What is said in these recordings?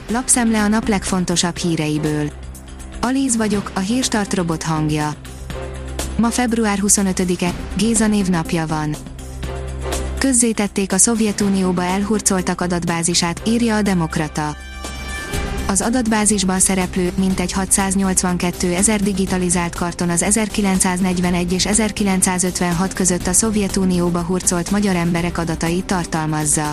Lapszemle a nap legfontosabb híreiből. Alíz vagyok, a Hírstart robot hangja. Ma február 25-e, Géza névnapja van. Közzétették a Szovjetunióba elhurcoltak adatbázisát, írja a Demokrata. Az adatbázisban szereplő, mintegy 682 000 digitalizált karton az 1941 és 1956 között a Szovjetunióba hurcolt magyar emberek adatait tartalmazza.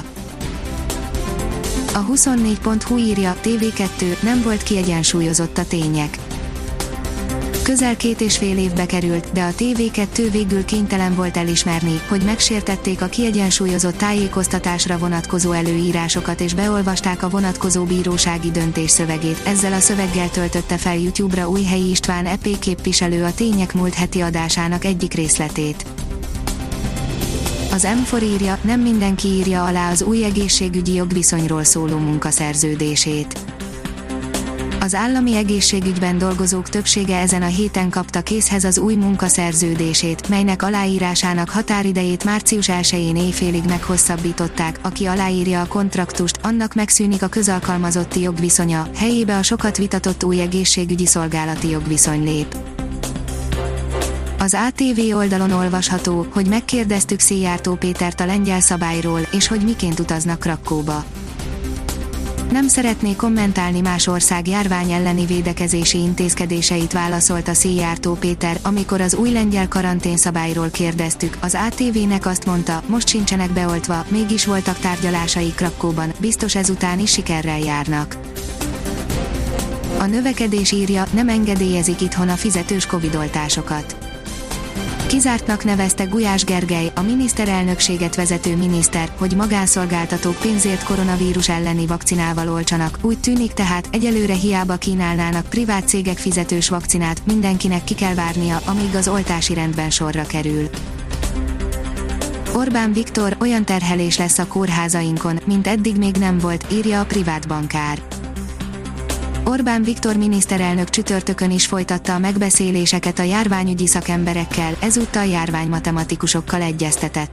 A 24.hu írja, TV2, nem volt kiegyensúlyozott a tények. Közel 2,5 évbe került, de a TV2 végül kénytelen volt elismerni, hogy megsértették a kiegyensúlyozott tájékoztatásra vonatkozó előírásokat és beolvasták a vonatkozó bírósági döntés szövegét. Ezzel a szöveggel töltötte fel YouTube-ra Újhelyi István EP képviselő a Tények múlt heti adásának egyik részletét. Az M4 írja, nem mindenki írja alá az új egészségügyi jogviszonyról szóló munkaszerződését. Az állami egészségügyben dolgozók többsége ezen a héten kapta készhez az új munkaszerződését, melynek aláírásának határidejét március 1-én éjfélig meghosszabbították. Aki aláírja a kontraktust, annak megszűnik a közalkalmazotti jogviszonya, helyébe a sokat vitatott új egészségügyi szolgálati jogviszony lép. Az ATV oldalon olvasható, hogy megkérdeztük Szijjártó Pétert a lengyel szabályról, és hogy miként utaznak Krakkóba. Nem szeretné kommentálni más ország járvány elleni védekezési intézkedéseit, válaszolta Szijjártó Péter, amikor az új lengyel karanténszabályról kérdeztük. Az ATV-nek azt mondta, most sincsenek beoltva, mégis voltak tárgyalásai Krakkóban, biztos ezután is sikerrel járnak. A Növekedés írja, nem engedélyezik itthon a fizetős covidoltásokat. Kizártnak nevezte Gulyás Gergely, a miniszterelnökséget vezető miniszter, hogy magánszolgáltatók pénzért koronavírus elleni vakcinával oltsanak. Úgy tűnik tehát, egyelőre hiába kínálnának privát cégek fizetős vakcinát, mindenkinek ki kell várnia, amíg az oltási rendben sorra kerül. Orbán Viktor, olyan terhelés lesz a kórházainkon, mint eddig még nem volt, írja a privát bankár. Orbán Viktor miniszterelnök csütörtökön is folytatta a megbeszéléseket a járványügyi szakemberekkel, ezúttal járványmatematikusokkal egyeztetett.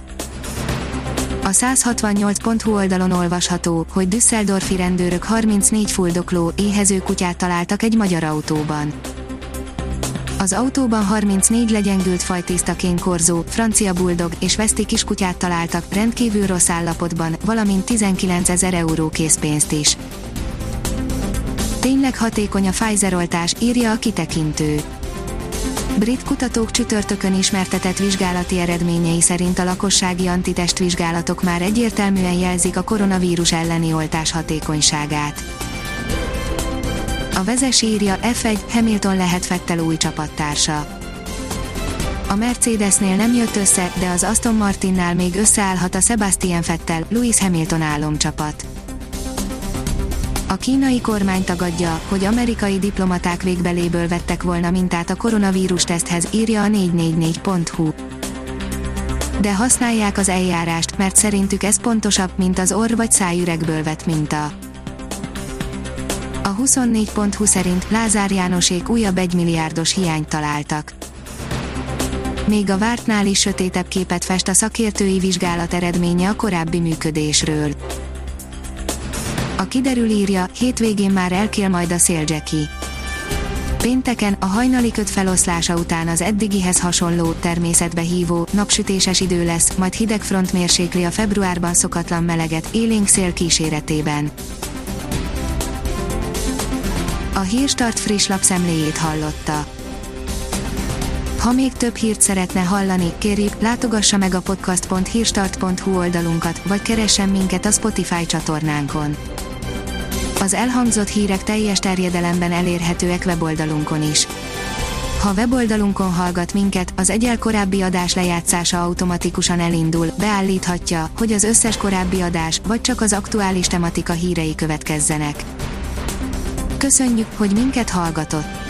A 168.hu oldalon olvasható, hogy düsseldorfi rendőrök 34 fuldokló, éhező kutyát találtak egy magyar autóban. Az autóban 34 legyengült fajtészta kénkorzó, francia bulldog és weszti kiskutyát találtak, rendkívül rossz állapotban, valamint 19 000 euró készpénzt is. Tényleg hatékony a Pfizer-oltás, írja a Kitekintő. Brit kutatók csütörtökön ismertetett vizsgálati eredményei szerint a lakossági antitestvizsgálatok már egyértelműen jelzik a koronavírus elleni oltás hatékonyságát. A Vezes írja, F1, Hamilton lehet Vettel új csapattársa. A Mercedesnél nem jött össze, de az Aston Martinnál még összeállhat a Sebastian Vettel, Lewis Hamilton álomcsapat. A kínai kormány tagadja, hogy amerikai diplomaták végbeléből vettek volna mintát a koronavírus teszthez, írja a 444.hu. De használják az eljárást, mert szerintük ez pontosabb, mint az orr- vagy szájüregből vett minta. A 24.hu szerint Lázár Jánosék újabb 1 milliárdos hiányt találtak. Még a vártnál is sötétebb képet fest a szakértői vizsgálat eredménye a korábbi működésről. A Kiderül írja, hétvégén már elkél majd a szél-Jackie. Pénteken, a hajnali köd feloszlása után az eddigihez hasonló, természetbe hívó, napsütéses idő lesz, majd hideg front mérsékli a februárban szokatlan meleget, élénk szél kíséretében. A Hírstart friss lapszemléjét hallotta. Ha még több hírt szeretne hallani, kérjük, látogassa meg a podcast.hírstart.hu oldalunkat, vagy keressen minket a Spotify csatornánkon. Az elhangzott hírek teljes terjedelemben elérhetőek weboldalunkon is. Ha weboldalunkon hallgat minket, az egyel korábbi adás lejátszása automatikusan elindul, beállíthatja, hogy az összes korábbi adás, vagy csak az aktuális tematika hírei következzenek. Köszönjük, hogy minket hallgatott!